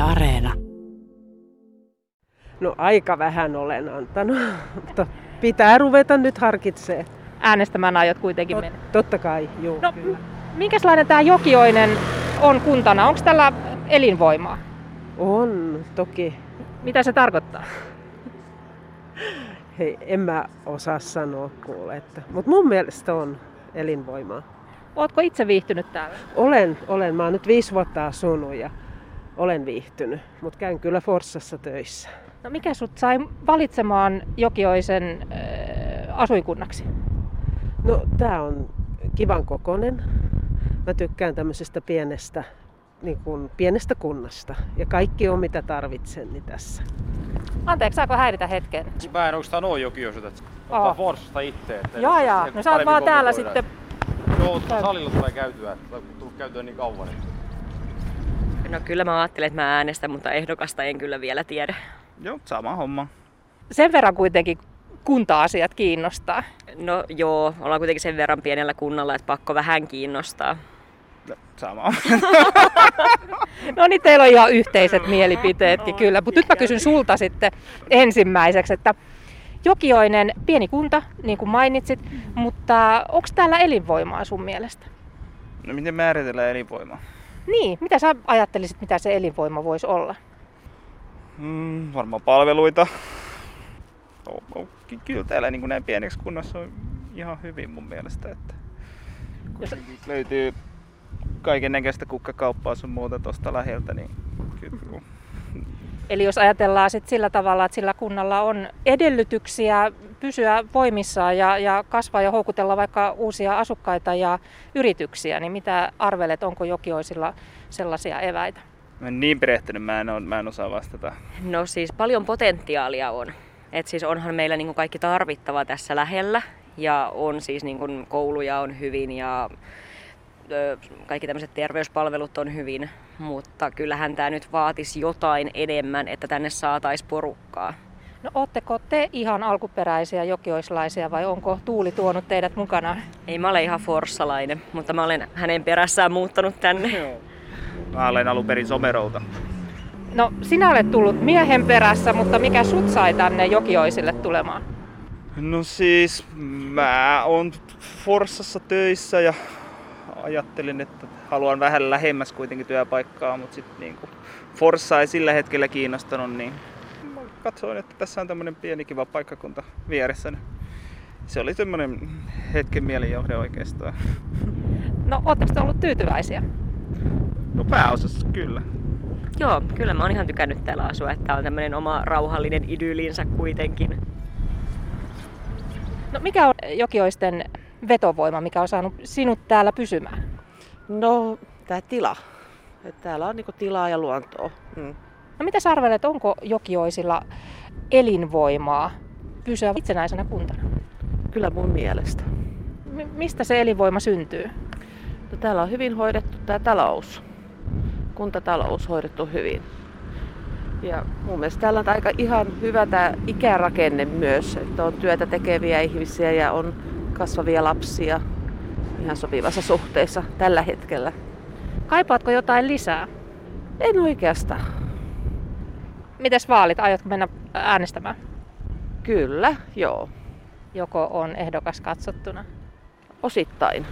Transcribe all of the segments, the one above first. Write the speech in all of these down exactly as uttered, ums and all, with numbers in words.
Areena. No aika vähän olen antanut, mutta pitää ruveta nyt harkitsemaan. Äänestämään aiot kuitenkin Tot, mennä. Totta kai, juu. No, minkälainen tämä Jokioinen on kuntana? Onko tällä elinvoimaa? On, toki. Mitä se tarkoittaa? Hei, en mä osaa sanoa kuule, että, mutta mun mielestä on elinvoimaa. Ootko itse viihtynyt täällä? Olen, olen. Mä oon nyt viisi vuotta asunut ja olen viihtynyt, mutta käyn kyllä Forssassa töissä. No mikä sut sai valitsemaan Jokioisen äh, asuinkunnaksi? No tää on kivan kokonen. Mä tykkään tämmöisestä pienestä, niin kuin pienestä kunnasta ja kaikki on mitä tarvitsen niin tässä. Anteeksi, saako häiritä hetken? Mä en oikeastaan oo Jokioiselta, että ottaa Forssasta itse. Joo, joo. No sä oot vaan täällä sitten. Joo, salilla tulee käytyä, että on tullut käytyä niin kauan. No kyllä mä ajattelen, että mä äänestän, mutta ehdokasta en kyllä vielä tiedä. Joo, sama homma. Sen verran kuitenkin kunta-asiat kiinnostaa. No joo, ollaan kuitenkin sen verran pienellä kunnalla, että pakko vähän kiinnostaa. Sama. No niin, teillä on ihan yhteiset mielipiteetkin kyllä, mutta nyt mä kysyn sulta sitten ensimmäiseksi, että Jokioinen, pieni kunta, niin kuin mainitsit, mutta onko täällä elinvoimaa sun mielestä? No miten määritellään elinvoimaa? Niin, mitä sä ajattelisit, mitä se elinvoima voisi olla? Mm, varmaan palveluita. No, no, kyllä täällä niin kuin näin pieneksi kunnassa on ihan hyvin mun mielestä. Että jos löytyy kaiken näköistä kukkakauppaa sun muuta tuosta läheltä, niin kyllä. Eli jos ajatellaan sit sillä tavalla, että sillä kunnalla on edellytyksiä pysyä voimissaan ja, ja kasvaa ja houkutella vaikka uusia asukkaita ja yrityksiä, niin mitä arvelet, onko Jokioisilla sellaisia eväitä? Mä en niin perehtynyt, mä en, mä en osaa vastata. No siis paljon potentiaalia on. Et siis onhan meillä niinku kaikki tarvittava tässä lähellä ja on siis niinku kouluja on hyvin ja kaikki tämmöiset terveyspalvelut on hyvin, mutta kyllähän tämä nyt vaatisi jotain enemmän, että tänne saataisiin porukkaa. No ootteko te ihan alkuperäisiä jokioislaisia vai onko Tuuli tuonut teidät mukanaan? Ei, mä olen ihan forssalainen, mutta mä olen hänen perässään muuttanut tänne. Mä olen alun perin Somerolta. No sinä olet tullut miehen perässä, mutta mikä sut sai tänne Jokioisille tulemaan? No siis mä oon Forssassa töissä ja ajattelin, että haluan vähän lähemmäs kuitenkin työpaikkaa, mutta sitten niin Forssa ei sillä hetkellä kiinnostanut, niin katsoin, että tässä on tämmöinen pieni kiva paikkakunta vieressä. Se oli semmoinen hetken mielijohde oikeastaan. No, ootteko te ollut tyytyväisiä? No pääosassa kyllä. Joo, kyllä mä oon ihan tykännyt täällä asua, että on tämmöinen oma rauhallinen idyllinsä kuitenkin. No mikä on Jokioisten vetovoima, mikä on saanut sinut täällä pysymään? No, tää tila. Et täällä on niinku tilaa ja luontoa. Mm. No mitä sä arvelet, onko Jokioisilla elinvoimaa pysyä itsenäisenä kuntana? Kyllä mun mielestä. M- mistä se elinvoima syntyy? No, täällä on hyvin hoidettu tää talous. Kuntatalous hoidettu hyvin. Ja mun mielestä täällä on aika ihan hyvä tää ikärakenne myös. Että on työtä tekeviä ihmisiä ja on kasvavia lapsia ihan sopivassa suhteessa tällä hetkellä. Kaipaatko jotain lisää? En oikeastaan. Mites vaalit? Aiotko mennä äänestämään? Kyllä, joo. Joko on ehdokas katsottuna? Osittain.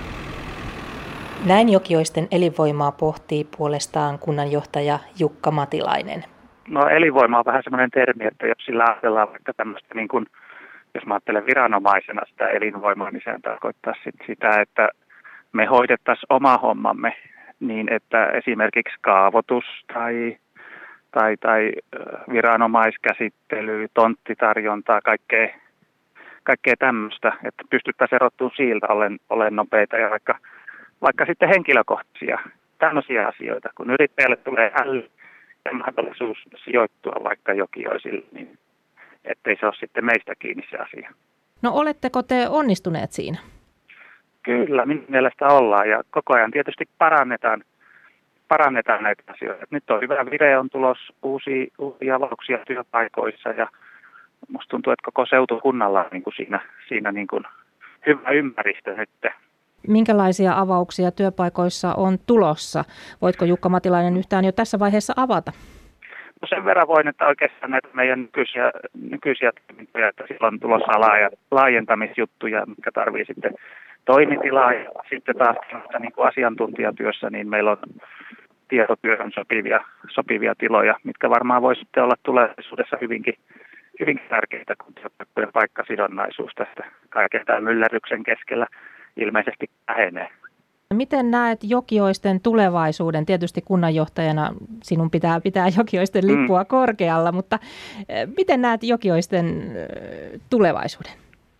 Näin Jokioisten elinvoimaa pohtii puolestaan kunnanjohtaja Jukka Matilainen. No elinvoima on vähän semmoinen termi, että jos sillä ajatellaan vaikka tämmöistä niin kuin, jos mä ajattelen viranomaisena sitä elinvoimaa, niin sehän tarkoittaa sit sitä, että me hoidettaisiin oma hommamme niin, että esimerkiksi kaavoitus tai, tai, tai viranomaiskäsittely, tonttitarjontaa, kaikkea, kaikkea tämmöistä, että pystyttäisiin erottumaan siltä olen, olen nopeita ja vaikka, vaikka sitten henkilökohtaisia tämmöisiä asioita, kun yrittäjälle tulee äly ja mahdollisuus sijoittua vaikka Jokioisille, niin ettei se ole sitten meistä kiinni se asia. No oletteko te onnistuneet siinä? Kyllä, minun mielestä ollaan ja koko ajan tietysti parannetaan, parannetaan näitä asioita. Nyt on hyvä vire, on tulos uusia, uusia avauksia työpaikoissa ja musta tuntuu, että koko seutukunnalla on niin kuin siinä, siinä niin kuin hyvä ympäristö nyt. Minkälaisia avauksia työpaikoissa on tulossa? Voitko Jukka Matilainen yhtään jo tässä vaiheessa avata? No sen verran voin, että oikeastaan näitä meidän nykyisiä, nykyisiä toimintoja, että siellä on tulossa laaja, laajentamisjuttuja, mitkä tarvii sitten toimitilaa. Ja sitten taas niin kuin asiantuntijatyössä, niin meillä on tietotyöhön sopivia, sopivia tiloja, mitkä varmaan voi sitten olla tulevaisuudessa hyvinkin, hyvinkin tärkeitä, kun työpaikkojen paikkasidonnaisuus tästä kaiken tämän myllerryksen keskellä ilmeisesti vähenee. Miten näet Jokioisten tulevaisuuden? Tietysti kunnanjohtajana sinun pitää pitää Jokioisten lippua mm. korkealla, mutta miten näet Jokioisten tulevaisuuden?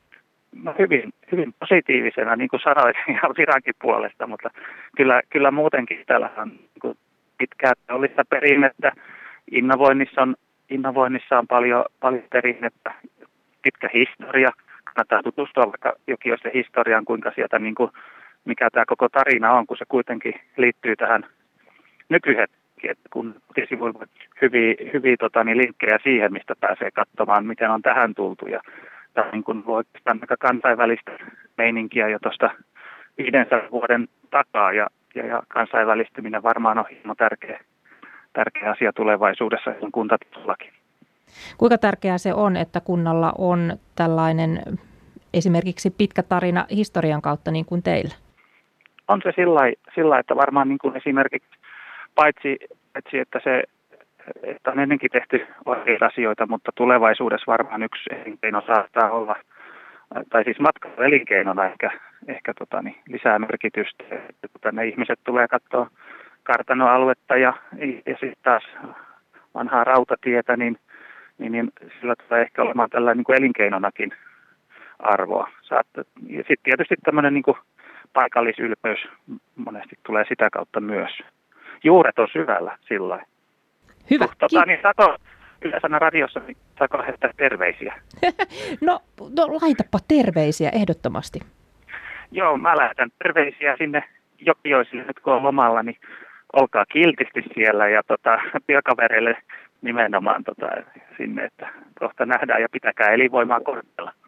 No hyvin, hyvin positiivisena, niin kuin sanoit, ihan virankin puolesta, mutta kyllä, kyllä muutenkin täällä on niin pitkää teollista perinnettä. Innovoinnissa on, innovoinnissa on paljon, paljon perinnettä, pitkä historia. Kannattaa tutustua vaikka Jokioisten historiaan, kuinka sieltä, niin kuin, mikä tämä koko tarina on, kun se kuitenkin liittyy tähän nykyhetkeen, kun kotisivuilla hyviä, hyviä tota, niin linkkejä siihen, mistä pääsee katsomaan, miten on tähän tultu. Ja tämä on niin kuin oikeastaan aika kansainvälistä meininkiä jo tuosta viidensadan vuoden takaa, ja, ja, ja kansainvälistyminen varmaan on hieman tärkeä, tärkeä asia tulevaisuudessa kuntatasollakin. Kuinka tärkeää se on, että kunnalla on tällainen esimerkiksi pitkä tarina historian kautta niin kuin teillä? On se sillä, että varmaan niin kuin esimerkiksi paitsi, paitsi että se että on ennenkin tehty oikeita asioita, mutta tulevaisuudessa varmaan yksi elinkeino saattaa olla, tai siis matkailuelinkeinona ehkä, ehkä tota, niin, lisää merkitystä. Että ne ihmiset tulee katsoa kartanoaluetta ja, ja sitten taas vanhaa rautatietä, niin, niin, niin sillä tulee ehkä olemaan tällä niin kuin elinkeinonakin arvoa. Ja sitten tietysti tämmöinen niin kuin paikallisylpeys monesti tulee sitä kautta myös. Juuret on syvällä sillä lailla. Hyvä. Tota, niin saako Yle-Sana radiossa, niin saako lähettää terveisiä? no, no laitapa terveisiä ehdottomasti. Joo, mä lähetän terveisiä sinne Jokioisille nyt kun on lomalla, niin olkaa kiltisti siellä ja tota, työkavereille nimenomaan tota, sinne, että kohta nähdään ja pitäkää elinvoimaa korkealla.